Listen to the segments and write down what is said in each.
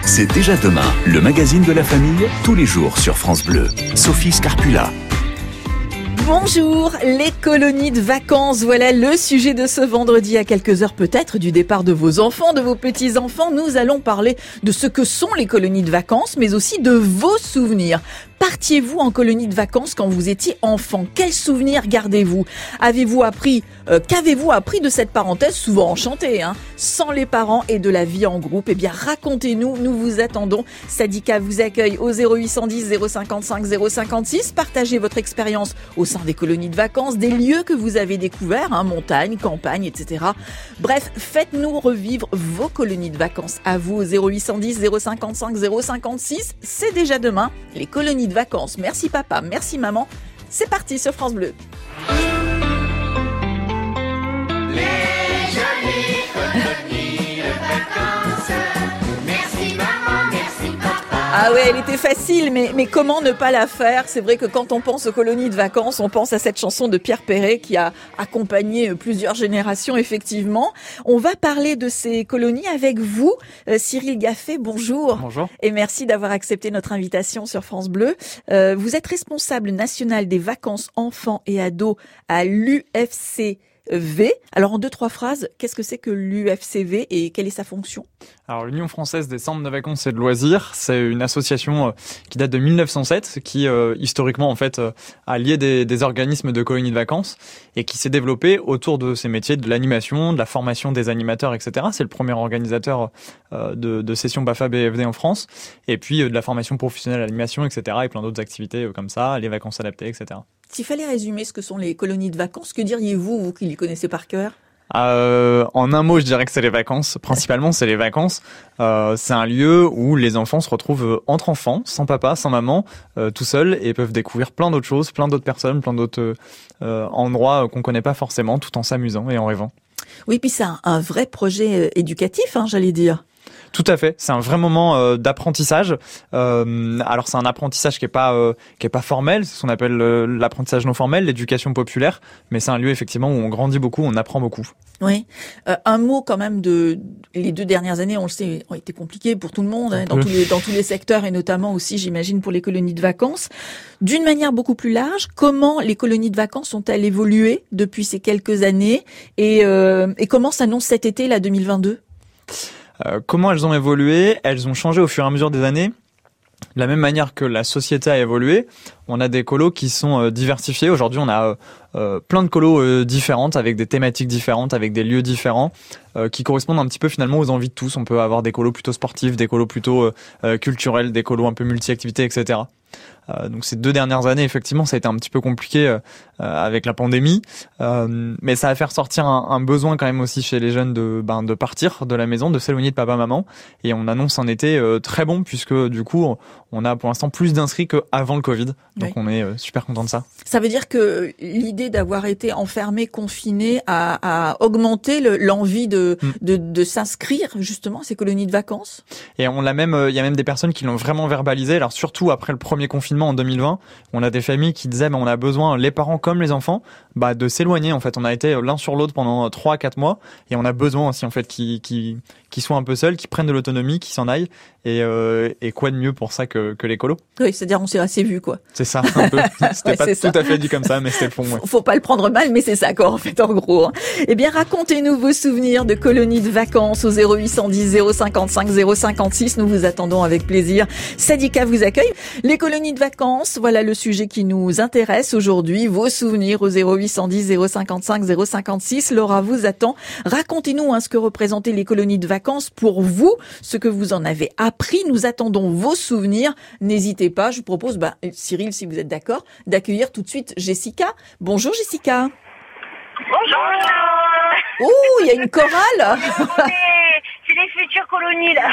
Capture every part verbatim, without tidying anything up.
C'est déjà demain, le magazine de la famille, tous les jours sur France Bleu. Sophie Scarpula. Bonjour, les colonies de vacances, voilà le sujet de ce vendredi à quelques heures peut-être du départ de vos enfants, de vos petits-enfants. Nous allons parler de ce que sont les colonies de vacances, mais aussi de vos souvenirs. Partiez-vous en colonie de vacances quand vous étiez enfant? Quels souvenirs gardez-vous? Avez-vous appris, euh, qu'avez-vous appris de cette parenthèse souvent enchantée, hein, sans les parents et de la vie en groupe? Eh bien, racontez-nous, nous vous attendons. Sadika vous accueille au zéro huit cent dix zéro cinquante-cinq zéro cinquante-six. Partagez votre expérience au sein des colonies de vacances, des lieux que vous avez découverts, hein, montagne, campagne, et cetera. Bref, faites-nous revivre vos colonies de vacances à vous au zéro huit cent dix zéro cinquante-cinq zéro cinquante-six. C'est déjà demain, les colonies de vacances. Merci papa, merci maman. C'est parti sur France Bleu. Les jolies colonies de vacances. Merci maman, merci papa. Ah ouais, elle était facile, mais, mais comment ne pas la faire? C'est vrai que quand on pense aux colonies de vacances, on pense à cette chanson de Pierre Perret qui a accompagné plusieurs générations, effectivement. On va parler de ces colonies avec vous, euh, Cyril Gaffet, bonjour. Bonjour. Et merci d'avoir accepté notre invitation sur France Bleu. Euh, vous êtes responsable national des vacances enfants et ados à l'U F C V. Alors en deux, trois phrases, qu'est-ce que c'est que l'U F C V et quelle est sa fonction? Alors l'Union française des centres de vacances et de loisirs, c'est une association euh, qui date de mille neuf cent sept, qui euh, historiquement en fait euh, a lié des, des organismes de colonies de vacances et qui s'est développée autour de ces métiers de l'animation, de la formation des animateurs, et cetera. C'est le premier organisateur euh, de, de sessions BAFA B F D en France, et puis euh, de la formation professionnelle à l'animation, et cetera. Et plein d'autres activités euh, comme ça, les vacances adaptées, et cetera. S'il fallait résumer ce que sont les colonies de vacances, que diriez-vous, vous qui les connaissez par cœur? Euh, en un mot, je dirais que c'est les vacances. Principalement, c'est les vacances. Euh, c'est un lieu où les enfants se retrouvent entre enfants, sans papa, sans maman, euh, tout seuls, et peuvent découvrir plein d'autres choses, plein d'autres personnes, plein d'autres euh, endroits qu'on connaît pas forcément, tout en s'amusant et en rêvant. Oui, puis c'est un, un vrai projet éducatif, hein, j'allais dire. Tout à fait, c'est un vrai moment euh, d'apprentissage. Euh, alors c'est un apprentissage qui est pas euh, qui est pas formel, c'est ce qu'on appelle euh, l'apprentissage non formel, l'éducation populaire, mais c'est un lieu effectivement où on grandit beaucoup, on apprend beaucoup. Oui, euh, un mot quand même de les deux dernières années, on le sait, ont été compliquées pour tout le monde, hein, dans tous les dans tous les secteurs et notamment aussi, j'imagine, pour les colonies de vacances. D'une manière beaucoup plus large, comment les colonies de vacances ont-elles évolué depuis ces quelques années et euh, et comment s'annonce cet été là deux mille vingt-deux? Euh, comment elles ont évolué? Elles ont changé au fur et à mesure des années. De la même manière que la société a évolué, on a des colos qui sont euh, diversifiés. Aujourd'hui, on a euh, euh, plein de colos euh, différentes, avec des thématiques différentes, avec des lieux différents, euh, qui correspondent un petit peu finalement aux envies de tous. On peut avoir des colos plutôt sportifs, des colos plutôt euh, euh, culturels, des colos un peu multi-activités, et cetera. Euh, donc ces deux dernières années, effectivement, ça a été un petit peu compliqué euh, avec la pandémie, euh, mais ça a fait ressortir un, un besoin quand même aussi chez les jeunes de, ben, de partir de la maison, de s'éloigner de papa-maman, et on annonce un été euh, très bon puisque du coup, on a pour l'instant plus d'inscrits qu'avant le Covid, donc oui. On est euh, super content de ça. Ça veut dire que l'idée d'avoir été enfermé, confiné, a, a augmenté le, l'envie de, mm. de, de s'inscrire justement à ces colonies de vacances. Et on l'a même, il euh, y a même des personnes qui l'ont vraiment verbalisé. Alors surtout après le premier confinement en deux mille vingt, on a des familles qui disaient bah, on a besoin, les parents comme les enfants, bah, de s'éloigner. En fait, on a été l'un sur l'autre pendant trois à quatre mois et on a besoin aussi en fait qu'ils qui, qui soient un peu seuls, qu'ils prennent de l'autonomie, qu'ils s'en aillent. Et, euh, et quoi de mieux pour ça que, que les colos? Oui, c'est-à-dire on s'est assez vu quoi. C'est ça, un peu. C'était ouais, pas tout ça. À fait dit comme ça, mais c'était le fond. Ouais. Faut pas le prendre mal, mais c'est ça quoi en fait en gros. Eh bien, racontez-nous vos souvenirs de colonies de vacances au zéro huit cent dix zéro cinquante-cinq zéro cinquante-six. Nous vous attendons avec plaisir. Sadika vous accueille. Les colonies de vacances, voilà le sujet qui nous intéresse aujourd'hui. Vos souvenirs au zéro huit cent dix zéro cinquante-cinq zéro cinquante-six. Laura vous attend. Racontez-nous hein, ce que représentaient les colonies de vacances pour vous, ce que vous en avez appris. Nous attendons vos souvenirs. N'hésitez pas. Je vous propose, bah, Cyril, si vous êtes d'accord, d'accueillir tout de suite Jessica. Bonjour Jessica. Bonjour. Oh, il y a une chorale. C'est les futures colonies là.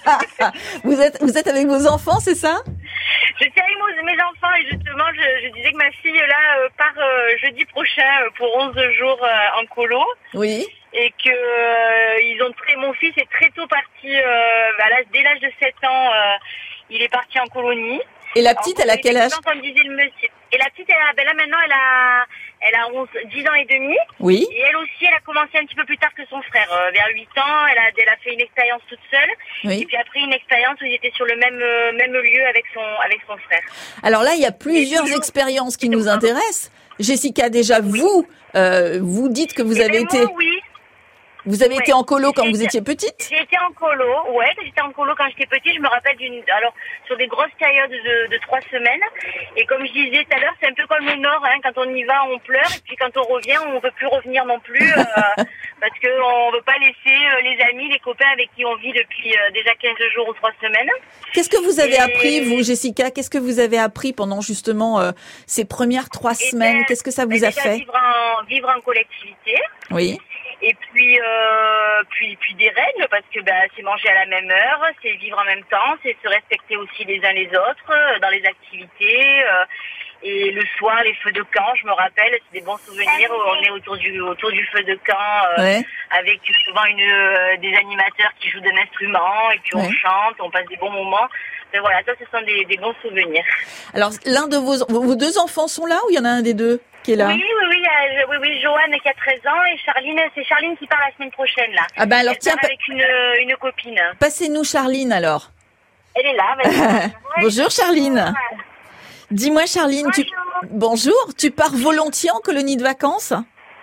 vous êtes vous êtes avec vos enfants, c'est ça? Je suis avec mes enfants et justement je, je disais que ma fille là euh, part euh, jeudi prochain euh, pour onze jours euh, en colo. Oui. Et que euh, ils ont très mon fils est très tôt parti euh, à l'âge, dès l'âge de sept ans euh, il est parti en colonie. Et la petite, elle a quel âge? Comme disait le monsieur, Et la petite, elle a, ben là maintenant, elle a, elle a onze, dix ans et demi. Oui. Et elle aussi, elle a commencé un petit peu plus tard que son frère, euh, vers huit ans. Elle a, elle a fait une expérience toute seule. Oui. Et puis après, une expérience où ils étaient sur le même, euh, même lieu avec son, avec son frère. Alors là, il y a plusieurs toujours- expériences qui nous intéressent. Jessica, déjà, vous, euh, vous dites que vous Et avez ben été, moi, oui. vous avez ouais. été en colo quand J'ai vous été- étiez petite? J'ai été en colo, ouais, j'étais en colo quand j'étais petite, je me rappelle d'une, alors, sur des grosses périodes de, de trois semaines. Et comme je disais tout à l'heure, c'est un peu comme le Nord, hein, quand on y va, on pleure, et puis quand on revient, on veut plus revenir non plus, euh, parce que on veut pas laisser euh, les amis, les copains avec qui on vit depuis euh, déjà quinze jours ou trois semaines. Qu'est-ce que vous avez Et- appris, vous, Jessica? Qu'est-ce que vous avez appris pendant justement euh, ces premières trois Et semaines? ben, Qu'est-ce que ça ben, vous a déjà fait? Vivre en, vivre en collectivité. Oui. Et puis, euh, puis, puis des règles, parce que bah, c'est manger à la même heure, c'est vivre en même temps, c'est se respecter aussi les uns les autres euh, dans les activités. Euh, et le soir, les feux de camp, je me rappelle, c'est des bons souvenirs. On est autour du autour du feu de camp euh, Ouais. avec souvent une euh, des animateurs qui jouent d'un instrument et puis on Ouais. chante, on passe des bons moments. Mais voilà, ça, ce sont des, des bons souvenirs. Alors, l'un de vos, vos deux enfants sont là ou il y en a un des deux qui est là? Oui, oui, oui, il y a- oui, oui, Joanne qui a treize ans et Charline, c'est Charline qui part la semaine prochaine là. Ah ben alors, Elle tiens, part pa- avec une, une copine. passez-nous Charline alors. Elle est là. vas-y. Bonjour Charline. Dis-moi Charline, tu... Bonjour, tu pars volontiers en colonie de vacances?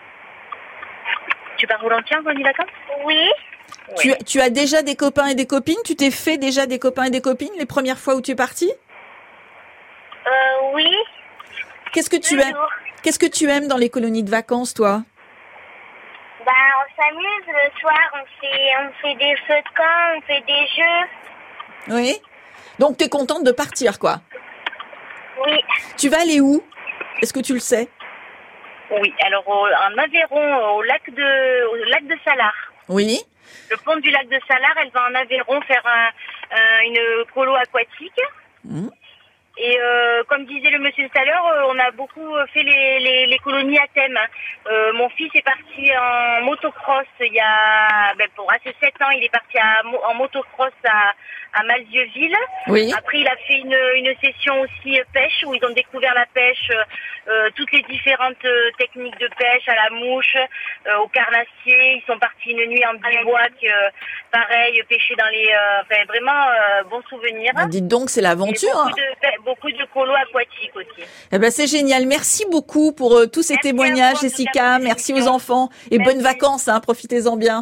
Tu pars volontiers en colonie de vacances? Oui. Tu, tu as déjà des copains et des copines? Tu t'es fait déjà des copains et des copines les premières fois où tu es partie? Euh, oui. Qu'est-ce que tu aimes? Qu'est-ce que tu aimes dans les colonies de vacances, toi? Bah, on s'amuse le soir, on fait, on fait des feux de camp, on fait des jeux. Oui. Donc tu es contente de partir, quoi. Oui. Tu vas aller où? Est-ce que tu le sais? Oui, alors au, en Aveyron, au lac de, au lac de Salars. Oui. Le pont du lac de Salars, elle va en Aveyron faire un, un- une colo aquatique. Mmh. Et euh, comme disait le monsieur tout à l'heure, euh, on a beaucoup euh, fait les, les, les colonies à thème. Euh, mon fils est parti en motocross il y a, ben, pour assez sept ans, il est parti à, mo- en motocross à, à Malzieuxville. Oui. Après, il a fait une, une session aussi euh, pêche où ils ont découvert la pêche, euh, euh, toutes les différentes euh, techniques de pêche, à la mouche, euh, au carnassier. Ils sont partis une nuit en bivouac, euh, pareil, pêcher dans les... Euh, enfin, vraiment, euh, bons souvenirs. Ah, dites donc, c'est l'aventure. Et beaucoup hein. de, beaucoup de colos aquatiques aussi. Eh ben c'est génial. Merci beaucoup pour euh, tous ces Merci à témoignages, vous, en tout Jessica. cas, Merci aux émission. enfants et Merci. bonnes vacances. Hein, profitez-en bien.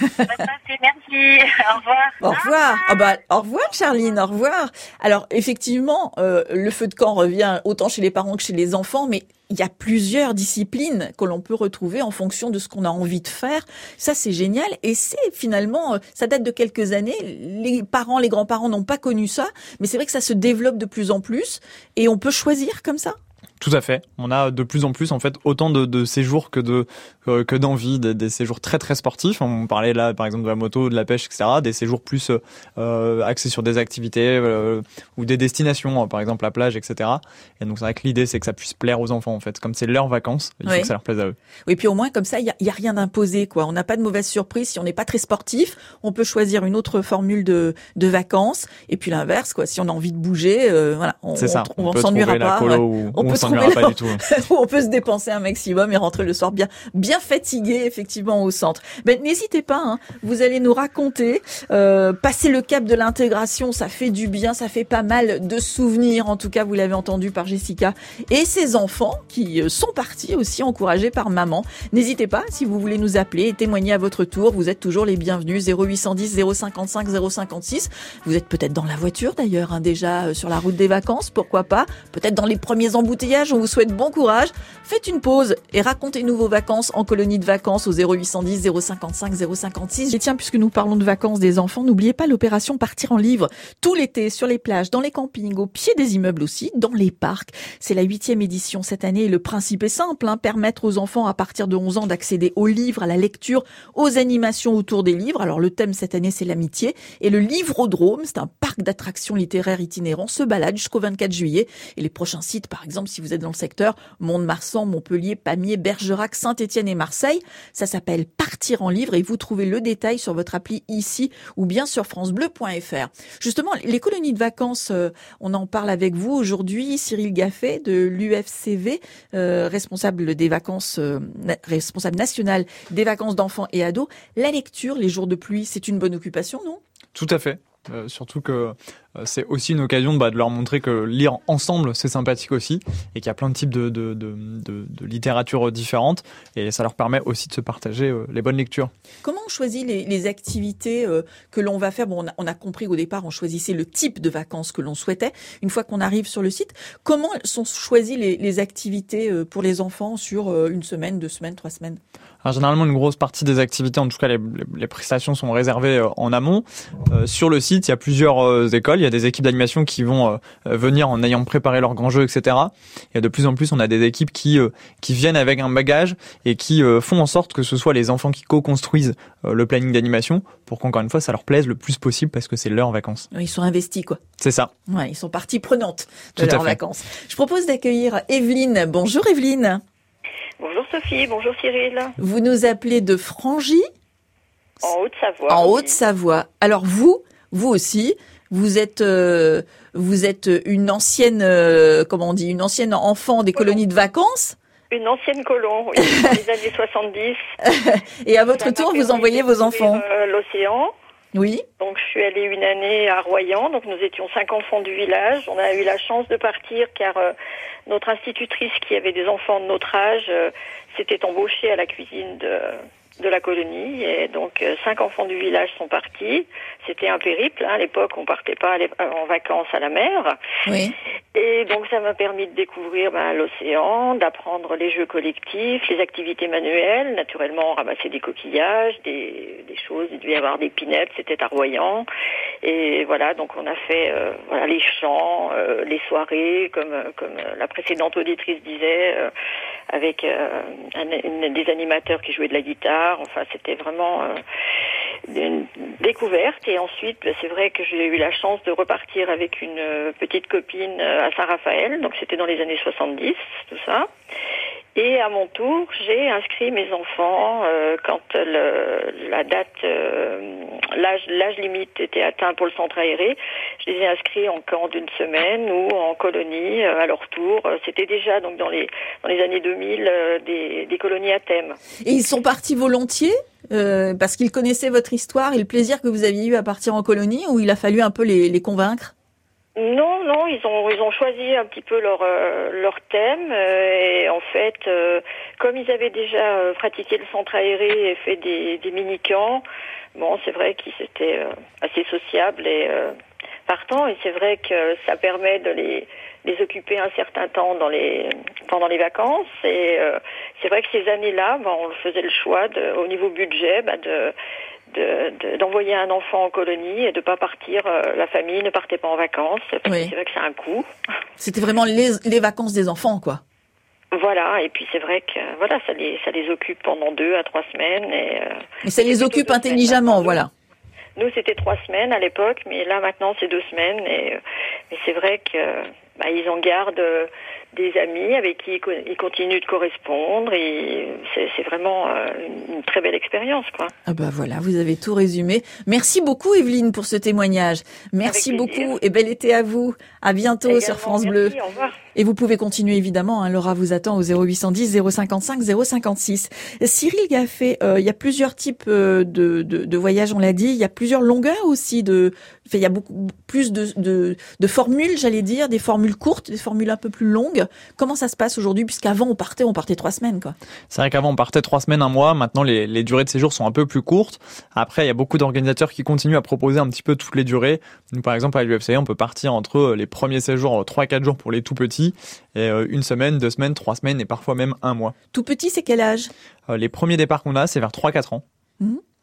Merci. Au revoir. Au revoir. Ah bah, au revoir, Charline. Au revoir. Alors, effectivement, euh, le feu de camp revient autant chez les parents que chez les enfants, mais il y a plusieurs disciplines que l'on peut retrouver en fonction de ce qu'on a envie de faire. Ça, c'est génial. Et c'est finalement, euh, ça date de quelques années. Les parents, les grands-parents n'ont pas connu ça, mais c'est vrai que ça se développe de plus en plus et on peut choisir comme ça. Tout à fait. On a de plus en plus en fait autant de, de séjours que de euh, que d'envie, des, des séjours très très sportifs. On parlait là par exemple de la moto, de la pêche, et cetera. Des séjours plus euh, axés sur des activités euh, ou des destinations, par exemple la plage, et cetera. Et donc c'est vrai que l'idée c'est que ça puisse plaire aux enfants en fait, comme c'est leurs vacances, il faut Oui. que ça leur plaise à eux. Oui, puis au moins comme ça, il y a, il y a rien d'imposé, quoi. On n'a pas de mauvaise surprise. Si on n'est pas très sportif, on peut choisir une autre formule de de vacances. Et puis l'inverse, quoi. Si on a envie de bouger, euh, voilà, on, C'est ça. on, On, on peut s'ennuiera trouver la pas. colo ouais. où On on, peut s'ennuiera trouver pas la- du tout. Où on peut se dépenser un maximum et rentrer le soir bien, bien fatigué, effectivement, au centre. Ben, n'hésitez pas, hein, vous allez nous raconter, euh, passer le cap de l'intégration, ça fait du bien, ça fait pas mal de souvenirs, en tout cas, vous l'avez entendu par Jessica, et ses enfants qui euh, sont partis aussi, encouragés par maman. N'hésitez pas, si vous voulez nous appeler et témoigner à votre tour, vous êtes toujours les bienvenus, zéro huit cent dix, zéro cinquante-cinq, zéro cinquante-six. Vous êtes peut-être dans la voiture, d'ailleurs, hein, déjà, euh, sur la route des vacances, pourquoi pas, peut-être dans les premiers embouteillages, on vous souhaite bon courage. Faites une pause et racontez-nous vos vacances en colonie de vacances au zéro huit cent dix, zéro cinquante-cinq, zéro cinquante-six. Et tiens, puisque nous parlons de vacances des enfants, n'oubliez pas l'opération Partir en livre. Tout l'été, sur les plages, dans les campings, au pied des immeubles aussi, dans les parcs. C'est la huitième édition cette année et le principe est simple, hein, permettre aux enfants à partir de onze ans d'accéder aux livres, à la lecture, aux animations autour des livres. Alors le thème cette année, c'est l'amitié. Et le Livrodrome, c'est un parc parc d'attractions littéraires itinérants se balade jusqu'au vingt-quatre juillet. Et les prochains sites, par exemple, si vous êtes dans le secteur, Mont-de-Marsan, Montpellier, Pamiers, Bergerac, Saint-Étienne et Marseille, ça s'appelle Partir en livre et vous trouvez le détail sur votre appli ici ou bien sur francebleu point f r. Justement, les colonies de vacances, euh, on en parle avec vous aujourd'hui. Cyril Gaffet de l'U F C V, euh, responsable des vacances, euh, na- responsable national des vacances d'enfants et ados. La lecture, les jours de pluie, c'est une bonne occupation, non ? Tout à fait. Euh, surtout que euh, c'est aussi une occasion bah, de leur montrer que lire ensemble c'est sympathique aussi et qu'il y a plein de types de, de, de, de, de littérature différentes et ça leur permet aussi de se partager euh, les bonnes lectures. Comment on choisit les, les activités euh, que l'on va faire ? Bon, on a, on a compris qu'au départ, on choisissait le type de vacances que l'on souhaitait. Une fois qu'on arrive sur le site, comment sont choisies les, les activités euh, pour les enfants sur euh, une semaine, deux semaines, trois semaines ? Alors, généralement, une grosse partie des activités, en tout cas les, les prestations sont réservées euh, en amont. Euh, sur le site, il y a plusieurs euh, écoles, il y a des équipes d'animation qui vont euh, venir en ayant préparé leur grand jeu, et cetera. Et de plus en plus, on a des équipes qui euh, qui viennent avec un bagage et qui euh, font en sorte que ce soit les enfants qui co-construisent euh, le planning d'animation pour qu'encore une fois, ça leur plaise le plus possible parce que c'est leurs vacances. Ils sont investis, quoi. C'est ça. Ouais, ils sont partie prenante de Tout à leurs fait. vacances. Je propose d'accueillir Evelyne. Bonjour Evelyne. Bonjour Sophie, bonjour Cyril. Vous nous appelez de Frangy, En Haute-Savoie. en oui. Haute-Savoie. Alors vous, vous aussi, vous êtes, euh, vous êtes une ancienne, euh, comment on dit, une ancienne enfant des colonies de vacances. Une ancienne colon, oui, dans les années soixante-dix. Et à votre Ça m'a tour, vous permis envoyez de vos découvrir, enfants. euh, l'océan. Oui. Donc je suis allée une année à Royan, donc nous étions cinq enfants du village. On a eu la chance de partir car euh, notre institutrice qui avait des enfants de notre âge euh, s'était embauchée à la cuisine de, de la colonie. Et donc euh, cinq enfants du village sont partis. C'était un périple, hein. À l'époque on partait pas aller- en vacances à la mer. Oui. Et donc ça m'a permis de découvrir ben, l'océan, d'apprendre les jeux collectifs, les activités manuelles, naturellement ramasser des coquillages, des, des choses, il devait y avoir des pinettes, c'était à Royan. Et voilà, donc on a fait euh, voilà les chants, euh, les soirées, comme comme la précédente auditrice disait, euh, avec euh, un, une, des animateurs qui jouaient de la guitare. Enfin, c'était vraiment euh, une découverte. Et ensuite, ben, c'est vrai que j'ai eu la chance de repartir avec une euh, petite copine euh, à Saint-Raphaël. Donc c'était dans les années soixante-dix, tout ça. Et à mon tour, j'ai inscrit mes enfants euh, quand le, la date, euh, l'âge, l'âge limite était atteint pour le centre aéré. Je les ai inscrits en camp d'une semaine ou en colonie euh, à leur tour. C'était déjà donc dans les dans les années deux mille euh, des, des colonies à thème. Et ils sont partis volontiers euh, parce qu'ils connaissaient votre histoire et le plaisir que vous aviez eu à partir en colonie, ou il a fallu un peu les, les convaincre? Non, non, ils ont ils ont choisi un petit peu leur euh, leur thème euh, et en fait, euh, comme ils avaient déjà euh, pratiqué le centre aéré et fait des des mini-camps, bon, c'est vrai qu'ils étaient euh, assez sociables et euh, partants, et c'est vrai que ça permet de les les occuper un certain temps dans les pendant les vacances, et euh, c'est vrai que ces années-là, ben, on faisait le choix de, au niveau budget, ben, de De, de, d'envoyer un enfant en colonie et de pas partir, euh, la famille ne partait pas en vacances, parce Oui. que c'est vrai que c'est un coût. C'était vraiment les, les vacances des enfants, quoi. Voilà, et puis c'est vrai que voilà, ça les ça les occupe pendant deux à trois semaines, et euh, Mais ça les plutôt occupe deux semaines intelligemment, maintenant. voilà. Nous c'était trois semaines à l'époque, mais là maintenant c'est deux semaines, et, euh, et c'est vrai que bah, ils en gardent euh, des amis avec qui ils, co- ils continuent de correspondre, et c'est, c'est vraiment euh, une, une très belle expérience, quoi. Ah bah voilà, vous avez tout résumé. Merci beaucoup Evelyne pour ce témoignage. Merci Avec plaisir. beaucoup et bel été à vous. À bientôt Également, sur France merci, Bleu. Au revoir. Et vous pouvez continuer évidemment, hein, Laura vous attend au zéro huit cent dix, zéro cinquante-cinq, zéro cinquante-six. Cyril Gaffet, euh, il y a plusieurs types euh, de, de, de voyages, on l'a dit, il y a plusieurs longueurs aussi, de, enfin, il y a beaucoup plus de, de, de formules, j'allais dire, des formules courtes, des formules un peu plus longues. Comment ça se passe aujourd'hui, puisqu'avant on partait, on partait trois semaines, quoi. C'est vrai qu'avant on partait trois semaines, un mois. Maintenant les, les durées de séjour sont un peu plus courtes. Après il y a beaucoup d'organisateurs qui continuent à proposer un petit peu toutes les durées. Nous par exemple à l'U F C V on peut partir entre les premiers séjours trois à quatre jours pour les tout petits et une semaine, deux semaines, trois semaines et parfois même un mois. Tout petit, c'est quel âge? Euh, les premiers départs qu'on a c'est vers trois à quatre ans. Mmh.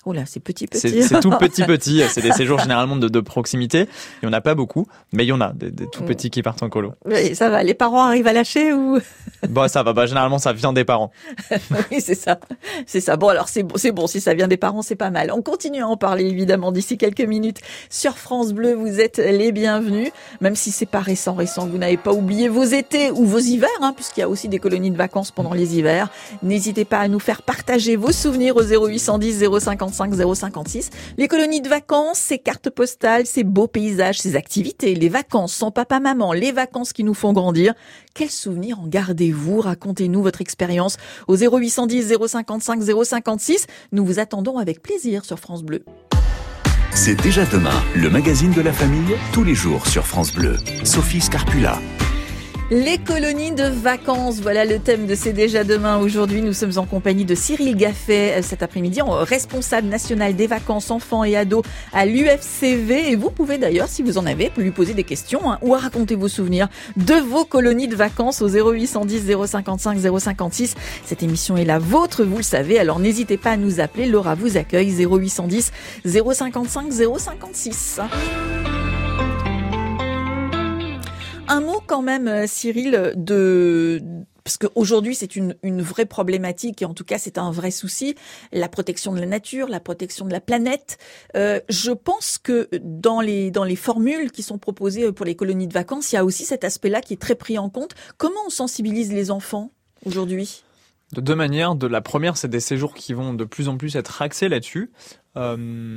Oh là, c'est petit petit. C'est, c'est tout petit petit. C'est des séjours généralement de, de proximité. Il y en a pas beaucoup, mais il y en a des, des tout petits qui partent en colo. Oui, ça va. Les parents arrivent à lâcher ou? Bon, ça va. Bah, généralement, ça vient des parents. Oui, c'est ça. C'est ça. Bon, alors c'est bon, c'est bon. Si ça vient des parents, c'est pas mal. On continue à en parler évidemment d'ici quelques minutes sur France Bleu. Vous êtes les bienvenus, même si c'est pas récent, récent. Vous n'avez pas oublié vos étés ou vos hivers, hein, puisqu'il y a aussi des colonies de vacances pendant les hivers. N'hésitez pas à nous faire partager vos souvenirs au zéro huit cent dix zéro cinquante-cinq zéro cinquante-six. Les colonies de vacances, ces cartes postales, ces beaux paysages, ces activités, les vacances sans papa-maman, les vacances qui nous font grandir. Quels souvenirs en gardez-vous? Racontez-nous votre expérience au zéro huit cent dix zéro cinquante-cinq zéro cinquante-six. Nous vous attendons avec plaisir sur France Bleu. C'est déjà demain, le magazine de la famille, tous les jours sur France Bleu. Sophie Scarpula. Les colonies de vacances, voilà le thème de C'est déjà demain. Aujourd'hui, nous sommes en compagnie de Cyril Gaffet, cet après-midi, responsable national des vacances enfants et ados à l'U F C V. Et vous pouvez d'ailleurs, si vous en avez, lui poser des questions hein, ou à raconter vos souvenirs de vos colonies de vacances au zéro huit cent dix zéro cinquante-cinq zéro cinquante-six. Cette émission est la vôtre, vous le savez, alors n'hésitez pas à nous appeler. Laura vous accueille, zéro huit cent dix zéro cinquante-cinq zéro cinquante-six. Un mot quand même, Cyril, de parce qu'aujourd'hui c'est une une vraie problématique et en tout cas c'est un vrai souci, la protection de la nature, la protection de la planète. Euh, je pense que dans les dans les formules qui sont proposées pour les colonies de vacances, il y a aussi cet aspect-là qui est très pris en compte. Comment on sensibilise les enfants aujourd'hui ? De deux manières. De la première, c'est des séjours qui vont de plus en plus être axés là-dessus. Euh,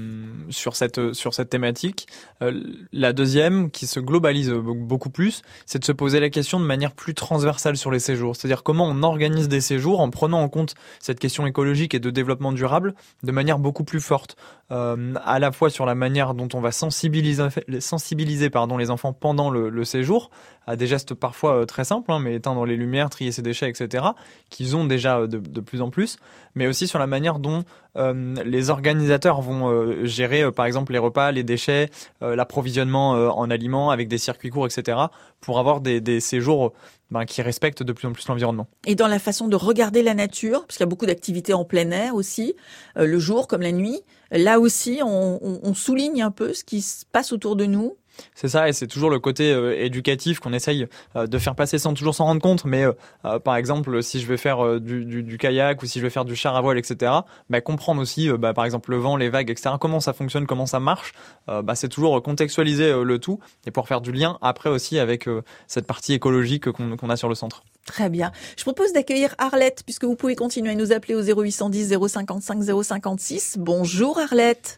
sur cette sur cette thématique. Euh, la deuxième, qui se globalise beaucoup plus, c'est de se poser la question de manière plus transversale sur les séjours. C'est-à-dire comment on organise des séjours en prenant en compte cette question écologique et de développement durable de manière beaucoup plus forte. Euh, à la fois sur la manière dont on va sensibiliser sensibiliser pardon les enfants pendant le, le séjour à des gestes parfois très simples, hein, mais éteindre les lumières, trier ses déchets, et cetera, qu'ils ont déjà de, de plus en plus, mais aussi sur la manière dont euh, les organisateurs vont euh, gérer euh, par exemple les repas, les déchets, euh, l'approvisionnement euh, en aliments avec des circuits courts, et cetera, pour avoir des, des séjours ben, qui respectent de plus en plus l'environnement. Et dans la façon de regarder la nature, parce qu'il y a beaucoup d'activités en plein air aussi, euh, le jour comme la nuit, là aussi on, on, on souligne un peu ce qui se passe autour de nous. C'est ça, et c'est toujours le côté euh, éducatif qu'on essaye euh, de faire passer sans toujours s'en rendre compte. Mais euh, euh, par exemple, si je vais faire euh, du, du, du kayak ou si je vais faire du char à voile, et cetera, bah, comprendre aussi, euh, bah, par exemple, le vent, les vagues, et cetera, comment ça fonctionne, comment ça marche, euh, bah, c'est toujours contextualiser euh, le tout et pouvoir faire du lien après aussi avec euh, cette partie écologique qu'on, qu'on a sur le centre. Très bien. Je propose d'accueillir Arlette, puisque vous pouvez continuer à nous appeler au zéro huit cent dix zéro cinquante-cinq zéro cinquante-six. Bonjour Arlette.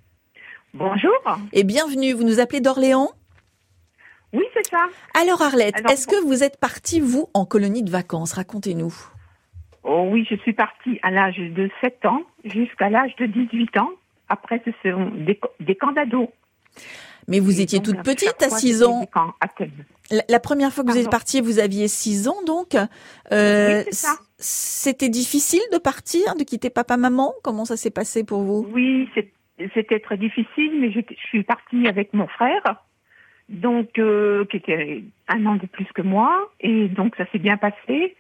Bonjour. Et bienvenue, vous nous appelez d'Orléans ? Oui, c'est ça. Alors Arlette, Alors, est-ce que vous êtes partie, vous, en colonie de vacances ? Racontez-nous. Oh oui, je suis partie à l'âge de sept ans jusqu'à l'âge de dix-huit ans. Après, ce sont des, des camps d'ados. Mais vous Et étiez donc, toute à petite chaque à fois, six c'était ans. des camps à Thèbes. La, la première fois que vous Pardon. êtes partie, vous aviez six ans donc. Euh, Oui, c'est ça. C'était difficile de partir, de quitter papa-maman ? Comment ça s'est passé pour vous ? Oui, c'est- c'était très difficile, mais je, je suis partie avec mon frère, donc euh, qui était un an de plus que moi, et donc ça s'est bien passé.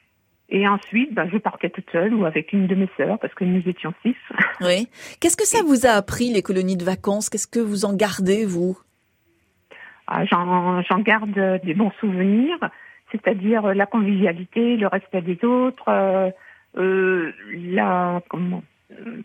Et ensuite, ben, je partais toute seule ou avec une de mes sœurs, parce que nous étions six. Oui. Qu'est-ce que ça vous a appris, les colonies de vacances ? Qu'est-ce que vous en gardez, vous ? Ah, J'en j'en garde des bons souvenirs, c'est-à-dire la convivialité, le respect des autres, euh, euh, la comment euh,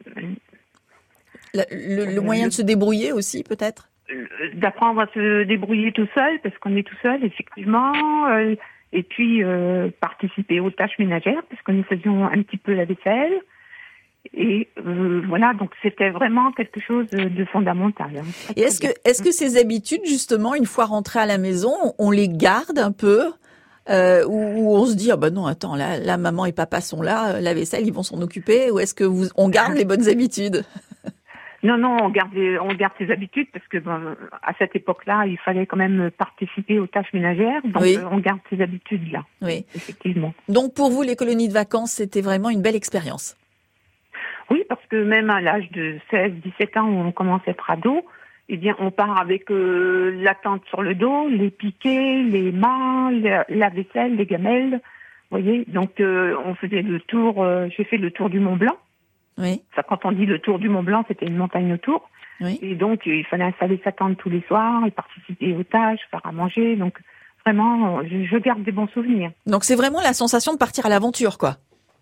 La- le, le moyen de se débrouiller aussi, peut-être ? d'apprendre à se débrouiller tout seul, parce qu'on est tout seul, effectivement, euh, et puis euh, participer aux tâches ménagères, parce que nous faisions un petit peu la vaisselle. Et euh, voilà, donc c'était vraiment quelque chose de, de fondamental. Hein. Très, Et est-ce très que, bien. est-ce que ces habitudes, justement, une fois rentrées à la maison, on les garde un peu euh, ou, ou on se dit, ah bah non, attends, là, là, maman et papa sont là, euh, la vaisselle, ils vont s'en occuper, ou est-ce que vous, on garde les bonnes habitudes ? Non, non, on garde, les- on garde ses habitudes, parce que ben, à cette époque-là, il fallait quand même participer aux tâches ménagères, donc Oui. euh, on garde ces habitudes-là, Oui. effectivement. Donc pour vous, les colonies de vacances, c'était vraiment une belle expérience. Oui, parce que même à l'âge de seize, dix-sept ans, où on commence à être ado, eh bien, on part avec euh, la tente sur le dos, les piquets, les mâts, la, la vaisselle, les gamelles. Vous voyez, donc euh, on faisait le tour. Euh, j'ai fait le tour du Mont Blanc. Oui. Ça, quand on dit le tour du Mont Blanc, c'était une montagne autour. Oui. Et donc, il fallait installer sa tente tous les soirs et participer aux tâches, faire à manger. Donc, vraiment, je, je garde des bons souvenirs. Donc c'est vraiment la sensation de partir à l'aventure, quoi.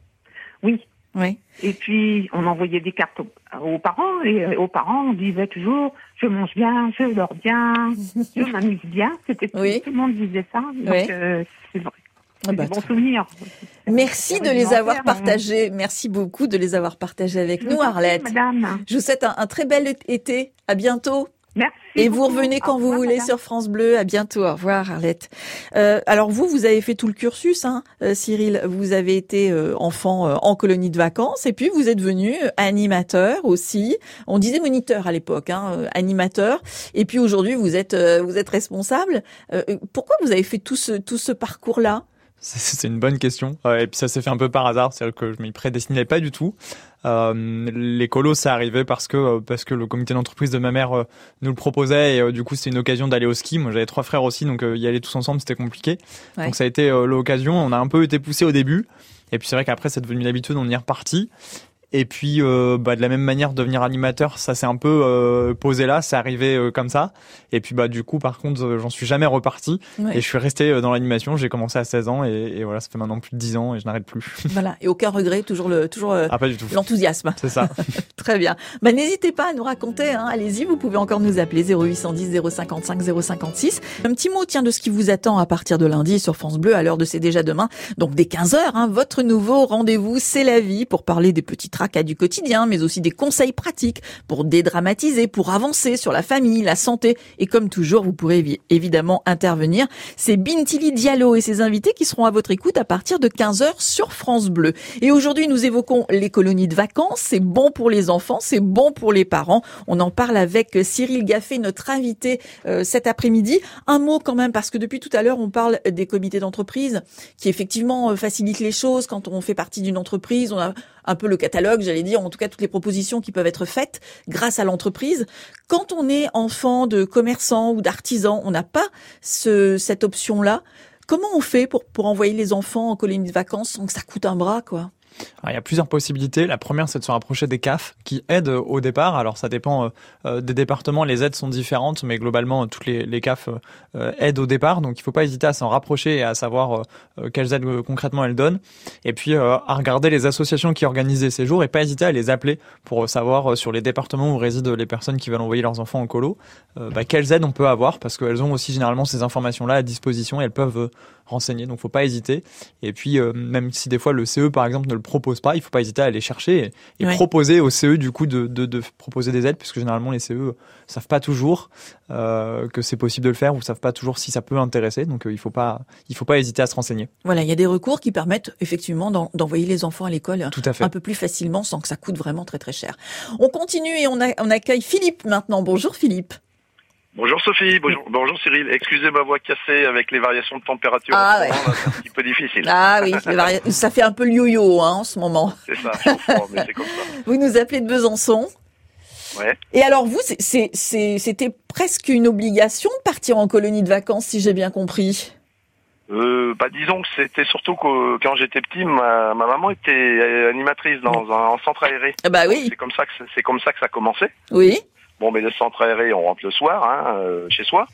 Oui. Oui. Et puis, on envoyait des cartes aux, aux parents. Et aux parents, on disait toujours, je mange bien, je dors bien, je m'amuse bien. C'était Oui. Tout le monde disait ça. Donc, Oui. euh, c'est vrai. Ah C'est bah, des bons très- souvenirs. Merci de les avoir partagés. Merci beaucoup de les avoir partagés avec nous, Arlette. Madame. Je vous souhaite un, un très bel été. À bientôt. Merci. Et vous beaucoup. revenez quand Au vous revoir, voulez madame. sur France Bleu. À bientôt. Au revoir, Arlette. Euh, alors vous, vous avez fait tout le cursus, hein, euh, Cyril. Vous avez été euh, enfant euh, en colonie de vacances et puis vous êtes devenu euh, animateur aussi. On disait moniteur à l'époque, hein, euh, animateur. Et puis aujourd'hui, vous êtes euh, vous êtes responsable. Euh, pourquoi vous avez fait tout ce tout ce parcours-là? C'est- C'est une bonne question. Euh, et puis ça s'est fait un peu par hasard, c'est-à-dire que je m'y prédestinais pas du tout. Euh, les colos, ça arrivait parce que euh, parce que le comité d'entreprise de ma mère euh, nous le proposait et euh, du coup c'était une occasion d'aller au ski. Moi j'avais trois frères aussi, donc euh, y aller tous ensemble c'était compliqué. Ouais. Donc ça a été euh, l'occasion. On a un peu été poussé au début et puis c'est vrai qu'après c'est devenu l'habitude, on y est reparti. Et puis, euh, bah, de la même manière, devenir animateur, ça s'est un peu euh, posé là, c'est arrivé euh, comme ça. Et puis, bah, du coup, par contre, euh, j'en suis jamais reparti. Ouais. Et je suis resté euh, dans l'animation. J'ai commencé à seize ans et, et voilà, ça fait maintenant plus de dix ans et je n'arrête plus. Voilà. Et aucun regret, toujours le toujours euh, Ah, pas du tout. l'enthousiasme. C'est ça. Très bien. Bah, n'hésitez pas à nous raconter, hein. Allez-y, vous pouvez encore nous appeler zéro huit cent dix zéro cinquante-cinq zéro cinquante-six. Un petit mot, tiens, de ce qui vous attend à partir de lundi sur France Bleu, à l'heure de C'est déjà demain. Donc, dès quinze heures, hein, votre nouveau rendez-vous, C'est la vie, pour parler des petits tracas du quotidien, mais aussi des conseils pratiques pour dédramatiser, pour avancer sur la famille, la santé. Et comme toujours, vous pourrez évi- évidemment intervenir. C'est Bintili Diallo et ses invités qui seront à votre écoute à partir de quinze heures sur France Bleu. Et aujourd'hui, nous évoquons les colonies de vacances. C'est bon pour les enfants, c'est bon pour les parents. On en parle avec Cyril Gaffé, notre invité euh, cet après-midi. Un mot quand même, parce que depuis tout à l'heure, on parle des comités d'entreprise qui effectivement euh, facilitent les choses. Quand on fait partie d'une entreprise, on a un peu le catalogue, j'allais dire, en tout cas toutes les propositions qui peuvent être faites grâce à l'entreprise. Quand on est enfant de commerçant ou d'artisan, on n'a pas ce, cette option-là. Comment on fait pour, pour envoyer les enfants en colonie de vacances sans que ça coûte un bras, quoi? Alors, il y a plusieurs possibilités. La première, c'est de se rapprocher des C A F qui aident au départ. Alors, ça dépend euh, des départements. Les aides sont différentes, mais globalement, toutes les, les C A F euh, aident au départ. Donc, il faut pas hésiter à s'en rapprocher et à savoir euh, quelles aides euh, concrètement elles donnent. Et puis, euh, à regarder les associations qui organisent les séjours et pas hésiter à les appeler pour savoir euh, sur les départements où résident les personnes qui veulent envoyer leurs enfants en colo, euh, bah, quelles aides on peut avoir parce qu'elles ont aussi généralement ces informations-là à disposition et elles peuvent euh, renseigner. Donc, faut pas hésiter. Et puis, euh, même si des fois le C E, par exemple, ne le propose pas, il faut pas hésiter à aller chercher et, et Ouais. proposer au C E du coup de, de, de proposer des aides, puisque généralement les C E savent pas toujours euh, que c'est possible de le faire ou savent pas toujours si ça peut intéresser. Donc, euh, il faut pas, il faut pas hésiter à se renseigner. Voilà, il y a des recours qui permettent effectivement d'en- d'envoyer les enfants à l'école Tout à fait. un peu plus facilement sans que ça coûte vraiment très très cher. On continue et on, a, on accueille Philippe maintenant. Bonjour Philippe. Bonjour Sophie, bonjour, bonjour Cyril. Excusez ma voix cassée avec les variations de température. Ah en ce moment, là, c'est un petit peu difficile. Ah oui, les vari- ça fait un peu le yo-yo hein, en ce moment. C'est ça, je comprends, mais c'est comme ça. Vous nous appelez de Besançon. Ouais. Et alors vous, c'est- c'est- c'est- c'était presque une obligation de partir en colonie de vacances, si j'ai bien compris. Euh, bah, disons que c'était surtout que quand j'étais petit, ma, ma maman était animatrice dans un, un centre aéré. Ah bah oui, C'est comme ça que c'est- c'est comme ça que ça commençait. oui. Bon, mais le centre aéré, on rentre le soir, hein, euh, chez soi.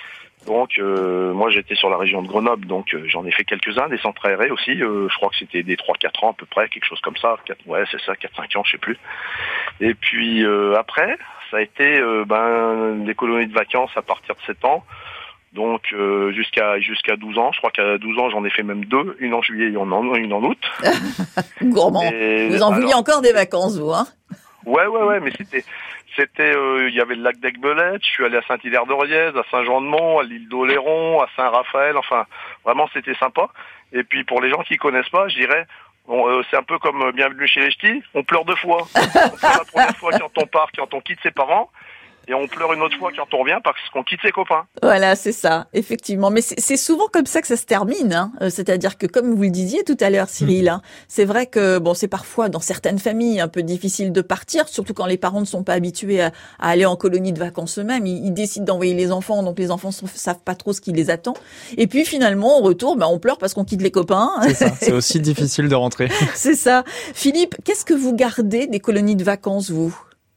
Donc, euh, moi, j'étais sur la région de Grenoble, donc euh, j'en ai fait quelques-uns, des centres aérés aussi. Euh, je crois que c'était des trois quatre ans à peu près, quelque chose comme ça. quatre, ouais, c'est ça, quatre cinq ans, je sais plus. Et puis euh, après, ça a été euh, ben des colonies de vacances à partir de sept ans. Donc euh, jusqu'à jusqu'à douze ans. Je crois qu'à douze ans, j'en ai fait même deux, une en juillet et une en, une en août. Gourmand. Et Vous en alors- vouliez encore des vacances, vous, hein? Ouais, ouais, ouais, mais c'était, c'était, euh, il y avait le lac d'Aiguebelette, je suis allé à Saint-Hilaire-de-Riez, à Saint-Jean-de-Mont, à l'île d'Oléron, à Saint-Raphaël, enfin, vraiment, c'était sympa. Et puis, pour les gens qui connaissent pas, je dirais, bon, euh, c'est un peu comme euh, Bienvenue chez les Ch'tis, on pleure deux fois. On pleure la première fois quand on part, quand on quitte ses parents, et on pleure une autre fois quand on revient parce qu'on quitte ses copains. Voilà, c'est ça, effectivement. Mais c'est, c'est souvent comme ça que ça se termine. Hein. Euh, C'est-à-dire que, comme vous le disiez tout à l'heure, Cyril, hein, c'est vrai que bon, c'est parfois dans certaines familles un peu difficile de partir, surtout quand les parents ne sont pas habitués à, à aller en colonie de vacances eux-mêmes. Ils, ils décident d'envoyer les enfants, donc les enfants ne savent pas trop ce qui les attend. Et puis finalement, au retour, ben, on pleure parce qu'on quitte les copains. C'est ça. C'est aussi difficile de rentrer. C'est ça. Philippe, qu'est-ce que vous gardez des colonies de vacances, vous ?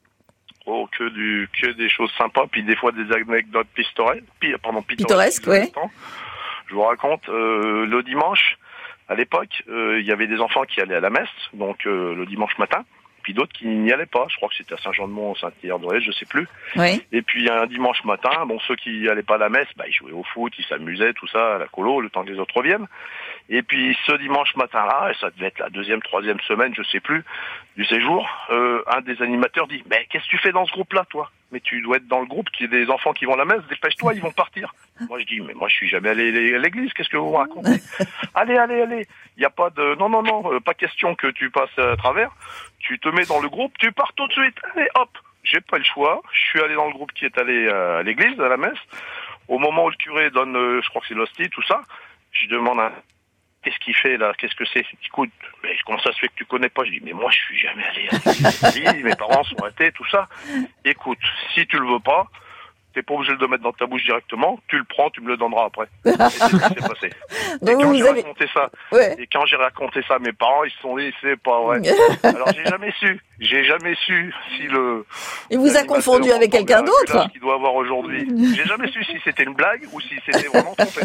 Oh, que du, que des choses sympas, puis des fois des anecdotes pittoresques, pardon, pittoresques, pittoresques, ouais. Je vous raconte, euh, le dimanche, à l'époque, euh, il y avait des enfants qui allaient à la messe, donc euh, le dimanche matin, puis d'autres qui n'y allaient pas. Je crois que c'était à Saint-Jean-de-Mont, Saint-Hilaire-de-Retz, je sais plus. Oui. Et puis un dimanche matin, bon, ceux qui allaient pas à la messe, bah, ils jouaient au foot, ils s'amusaient, tout ça, à la colo, le temps que les autres reviennent. Et puis ce dimanche matin-là, et ça devait être la deuxième, troisième semaine, je sais plus, du séjour, euh, un des animateurs dit « Mais qu'est-ce que tu fais dans ce groupe-là, toi ? Mais tu dois être dans le groupe, qu'il y a des enfants qui vont à la messe, dépêche-toi, ils vont partir. » Moi je dis « Mais moi je suis jamais allé à l'église, qu'est-ce que vous me racontez ? Allez, allez, allez, il n'y a pas de... Non, non, non, euh, pas question que tu passes à travers, tu te mets dans le groupe, tu pars tout de suite, allez, hop !» J'ai pas le choix, je suis allé dans le groupe qui est allé à l'église, à la messe. Au moment où le curé donne, euh, je crois que c'est l'hostie, tout ça, je demande à... Qu'est-ce qu'il fait là ? Qu'est-ce que c'est ? Écoute, mais comment ça se fait que tu connais pas ? Je dis, mais moi je suis jamais allé à l'église, mes parents sont athées, tout ça. Écoute, si tu le veux pas, t'es pas obligé de le mettre dans ta bouche directement, tu le prends, tu me le donneras après. Et c'est ce qui s'est passé. Et Donc quand vous j'ai avez... raconté ça, Ouais. et quand j'ai raconté ça à mes parents, ils se sont dit, c'est pas vrai. Alors j'ai jamais su, j'ai jamais su si le... Il vous a confondu avec quelqu'un d'autre ? Qu'il doit avoir aujourd'hui. J'ai jamais su si c'était une blague ou si c'était vraiment trompé.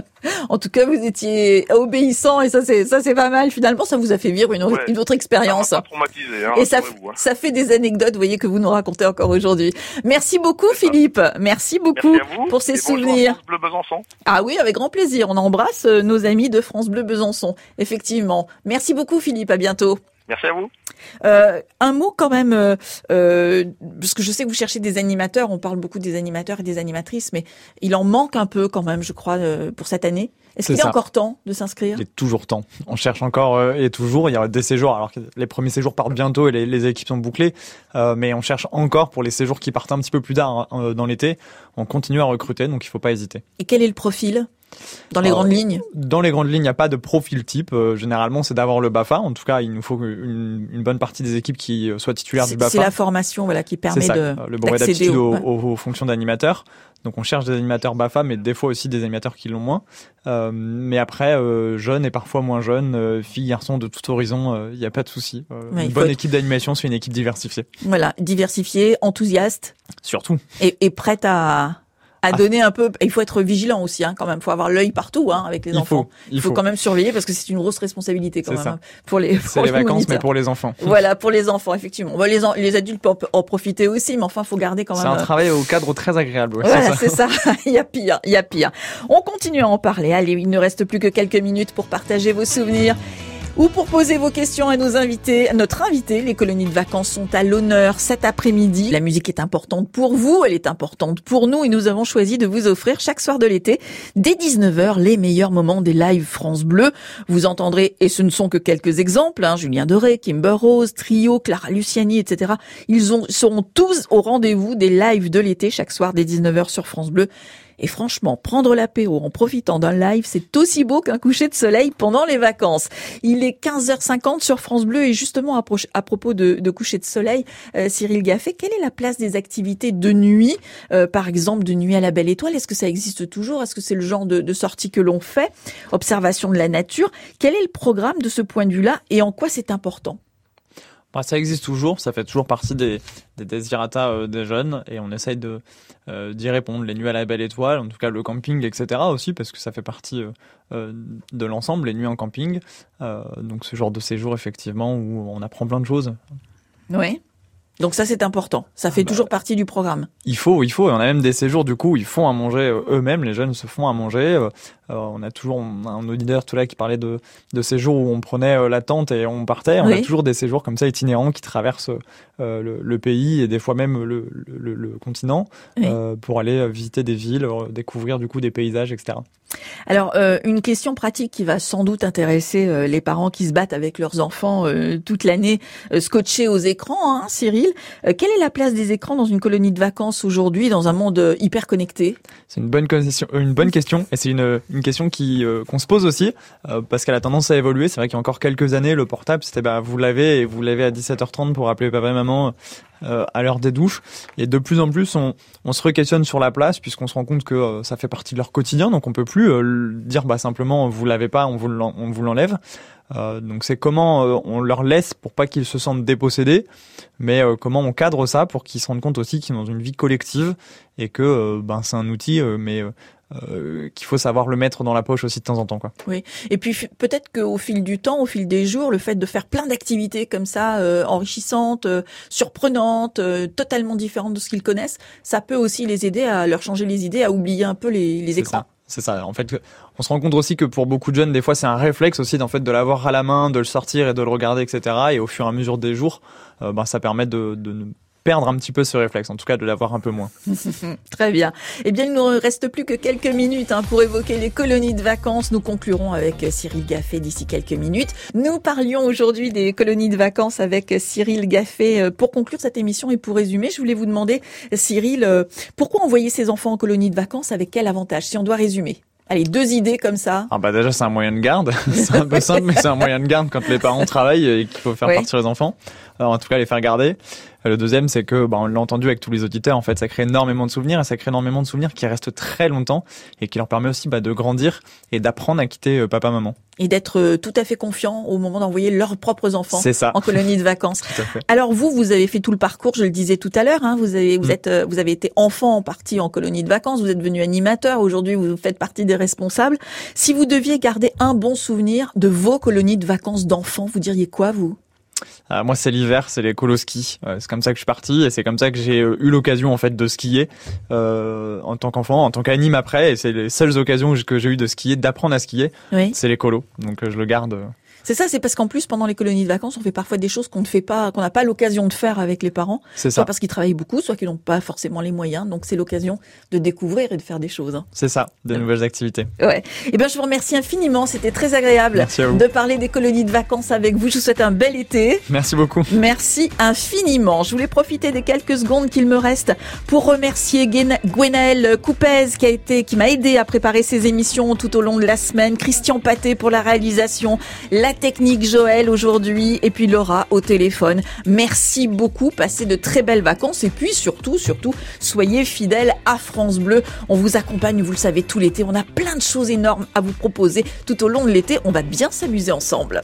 En tout cas, vous étiez obéissant et ça c'est ça c'est pas mal. Finalement, ça vous a fait vivre une, Ouais. une autre expérience. Ça m'a pas traumatisé, hein, Et ça, rassurez-vous, hein. ça fait des anecdotes, vous voyez, que vous nous racontez encore aujourd'hui. Merci beaucoup, C'est ça. Philippe. Merci beaucoup Merci à vous, pour ces et bonjour à souvenirs. France Bleu Besançon. Ah oui, avec grand plaisir. On embrasse euh, nos amis de France Bleu Besançon. Effectivement. Merci beaucoup, Philippe. À bientôt. Merci à vous. Euh, un mot quand même, euh, euh, parce que je sais que vous cherchez des animateurs. On parle beaucoup des animateurs et des animatrices, mais il en manque un peu quand même, je crois, euh, pour cette année. Est-ce C'est qu'il est ça. encore temps de s'inscrire ? Il est toujours temps. On cherche encore euh, et toujours. Il y a des séjours. Alors que les premiers séjours partent bientôt et les, les équipes sont bouclées. Euh, mais on cherche encore pour les séjours qui partent un petit peu plus tard hein, dans l'été. On continue à recruter, donc il faut pas hésiter. Et quel est le profil dans les Euh, grandes lignes ? Dans les grandes lignes, il n'y a pas de profil type. Euh, généralement, c'est d'avoir le BAFA. En tout cas, il nous faut une, une bonne partie des équipes qui soient titulaires du C'est BAFA. c'est la formation, voilà, qui permet C'est ça, de le brevet d'accéder d'aptitude au- aux, ouais. aux- aux fonctions d'animateur. Donc on cherche des animateurs BAFA, mais des fois aussi des animateurs qui l'ont moins. Euh, mais après, euh, jeunes et parfois moins jeunes, euh, filles, garçons de tout horizon, il n'y a pas de souci. Euh, Ouais, il une faut bonne être- équipe d'animation, c'est une équipe diversifiée. Voilà, diversifié, enthousiaste Surtout. et, et prête à à Ah. donner un peu. Il faut être vigilant aussi, hein, quand même. Il faut avoir l'œil partout, hein, avec les Il enfants. faut, Il faut quand même surveiller parce que c'est une grosse responsabilité quand C'est même ça. hein, pour les. C'est pour les vacances, moniteurs. mais pour les enfants. Voilà, pour les enfants, effectivement. Bon, les, en- les adultes peuvent en profiter aussi, mais enfin, faut garder quand C'est même. un euh, travail au cadre très agréable. ouais, Voilà, c'est ça. c'est ça. Il y a pire, il y a pire. On continue à en parler. Allez, il ne reste plus que quelques minutes pour partager vos souvenirs ou pour poser vos questions à nos invités. Notre invité, les colonies de vacances sont à l'honneur cet après-midi. La musique est importante pour vous, elle est importante pour nous et nous avons choisi de vous offrir chaque soir de l'été, dès dix-neuf heures, les meilleurs moments des lives France Bleu. Vous entendrez, et ce ne sont que quelques exemples, hein, Julien Doré, Kimber Rose, Trio, Clara Luciani, et cetera. Ils ont, seront tous au rendez-vous des lives de l'été chaque soir dès dix-neuf heures sur France Bleu. Et franchement, prendre l'apéro en profitant d'un live, c'est aussi beau qu'un coucher de soleil pendant les vacances. Il est quinze heures cinquante sur France Bleu et justement à, pro- à propos de, de coucher de soleil, euh, Cyril Gaffet, quelle est la place des activités de nuit, euh, par exemple de nuit à la Belle Étoile ? Est-ce que ça existe toujours ? Est-ce que c'est le genre de, de sortie que l'on fait ? Observation de la nature. Quel est le programme de ce point de vue-là et en quoi c'est important ? Bah, ça existe toujours, ça fait toujours partie des, des désirata euh, des jeunes et on essaye de euh, d'y répondre. Les nuits à la Belle Étoile, en tout cas le camping, et cetera aussi, parce que ça fait partie euh, euh, de l'ensemble, les nuits en camping. Euh, donc ce genre de séjour, effectivement, où on apprend plein de choses. Oui. Donc ça, c'est important. Ça fait bah, toujours partie du programme. Il faut, il faut. Et on a même des séjours, du coup, où ils font à manger euh, eux-mêmes, les jeunes se font à manger. Euh, Euh, on a toujours un auditeur tout là qui parlait de, de ces jours où on prenait euh, la tente et on partait. On Oui. a toujours des séjours comme ça itinérants qui traversent euh, le, le pays et des fois même le, le, le continent Oui. euh, pour aller visiter des villes, euh, découvrir du coup des paysages, et cetera. Alors, euh, une question pratique qui va sans doute intéresser euh, les parents qui se battent avec leurs enfants euh, toute l'année, euh, scotchés aux écrans, hein, Cyril. Euh, quelle est la place des écrans dans une colonie de vacances aujourd'hui, dans un monde euh, hyper connecté ? C'est une bonne question, une bonne question, et c'est une, une question qui euh, qu'on se pose aussi euh, parce qu'elle a tendance à évoluer. C'est vrai qu'il y a encore quelques années, le portable, c'était bah vous l'avez et vous l'avez à dix-sept heures trente pour appeler papa et maman euh, à l'heure des douches. Et de plus en plus, on, on se re-questionne sur la place puisqu'on se rend compte que euh, ça fait partie de leur quotidien, donc on peut plus euh, dire bah simplement vous l'avez pas, on vous l'en- on vous l'enlève. Euh, donc c'est comment euh, on leur laisse pour pas qu'ils se sentent dépossédés, mais euh, comment on cadre ça pour qu'ils se rendent compte aussi qu'ils sont dans une vie collective et que euh, ben c'est un outil, euh, mais euh, euh, qu'il faut savoir le mettre dans la poche aussi de temps en temps, quoi. Oui. Et puis f- peut-être qu'au fil du temps, au fil des jours, le fait de faire plein d'activités comme ça, euh, enrichissantes, euh, surprenantes, euh, totalement différentes de ce qu'ils connaissent, ça peut aussi les aider à leur changer les idées, à oublier un peu les, les C'est écrans. ça. C'est ça. En fait, on se rend compte aussi que pour beaucoup de jeunes, des fois, c'est un réflexe aussi d'en fait de l'avoir à la main, de le sortir et de le regarder, et cetera. Et au fur et à mesure des jours, euh, ben ça permet de, de ne perdre un petit peu ce réflexe, en tout cas de l'avoir un peu moins. Très bien. Eh bien, il ne nous reste plus que quelques minutes hein, pour évoquer les colonies de vacances. Nous conclurons avec Cyril Gaffet d'ici quelques minutes. Nous parlions aujourd'hui des colonies de vacances avec Cyril Gaffet. Pour conclure cette émission et pour résumer, je voulais vous demander, Cyril, pourquoi envoyer ses enfants en colonie de vacances, avec quel avantage, si on doit résumer ? Allez, deux idées comme ça. Ah bah déjà, c'est un moyen de garde. C'est un peu simple, mais c'est un moyen de garde quand les parents travaillent et qu'il faut faire Oui. partir les enfants. Alors, en tout cas, les faire garder. Le deuxième, c'est que, bah, on l'a entendu avec tous les auditeurs, en fait, ça crée énormément de souvenirs et ça crée énormément de souvenirs qui restent très longtemps et qui leur permet aussi bah, de grandir et d'apprendre à quitter euh, papa-maman. Et d'être euh, tout à fait confiant au moment d'envoyer leurs propres enfants C'est ça. en colonie de vacances. Tout à fait. Alors vous, vous avez fait tout le parcours, je le disais tout à l'heure. Hein, vous avez, vous Mm. êtes, euh, vous avez été enfant en partie en colonie de vacances. Vous êtes devenu animateur. Aujourd'hui, vous faites partie des responsables. Si vous deviez garder un bon souvenir de vos colonies de vacances d'enfants, vous diriez quoi, vous ? Euh, moi, c'est l'hiver, c'est les colo-skis. Euh, c'est comme ça que je suis parti et c'est comme ça que j'ai euh, eu l'occasion en fait de skier euh, en tant qu'enfant, en tant qu'anime après. Et c'est les seules occasions que j'ai eu de skier, d'apprendre à skier. Oui. C'est les colos. Donc euh, je le garde. euh, C'est ça, c'est parce qu'en plus, pendant les colonies de vacances, on fait parfois des choses qu'on ne fait pas, qu'on n'a pas l'occasion de faire avec les parents. C'est Soit ça. parce qu'ils travaillent beaucoup, soit qu'ils n'ont pas forcément les moyens. Donc c'est l'occasion de découvrir et de faire des choses. Hein. C'est ça. Des nouvelles activités. Ouais. Eh bien, je vous remercie infiniment. C'était très agréable Merci à vous. de parler des colonies de vacances avec vous. Je vous souhaite un bel été. Merci beaucoup. Merci infiniment. Je voulais profiter des quelques secondes qu'il me reste pour remercier Gwen- Gwenaëlle Coupez qui a été, qui m'a aidé à préparer ces émissions tout au long de la semaine. Christian Paté pour la réalisation, la technique Joël aujourd'hui et puis Laura au téléphone. Merci beaucoup. Passez de très belles vacances et puis surtout, surtout, soyez fidèles à France Bleu. On vous accompagne, vous le savez, tout l'été. On a plein de choses énormes à vous proposer tout au long de l'été. On va bien s'amuser ensemble.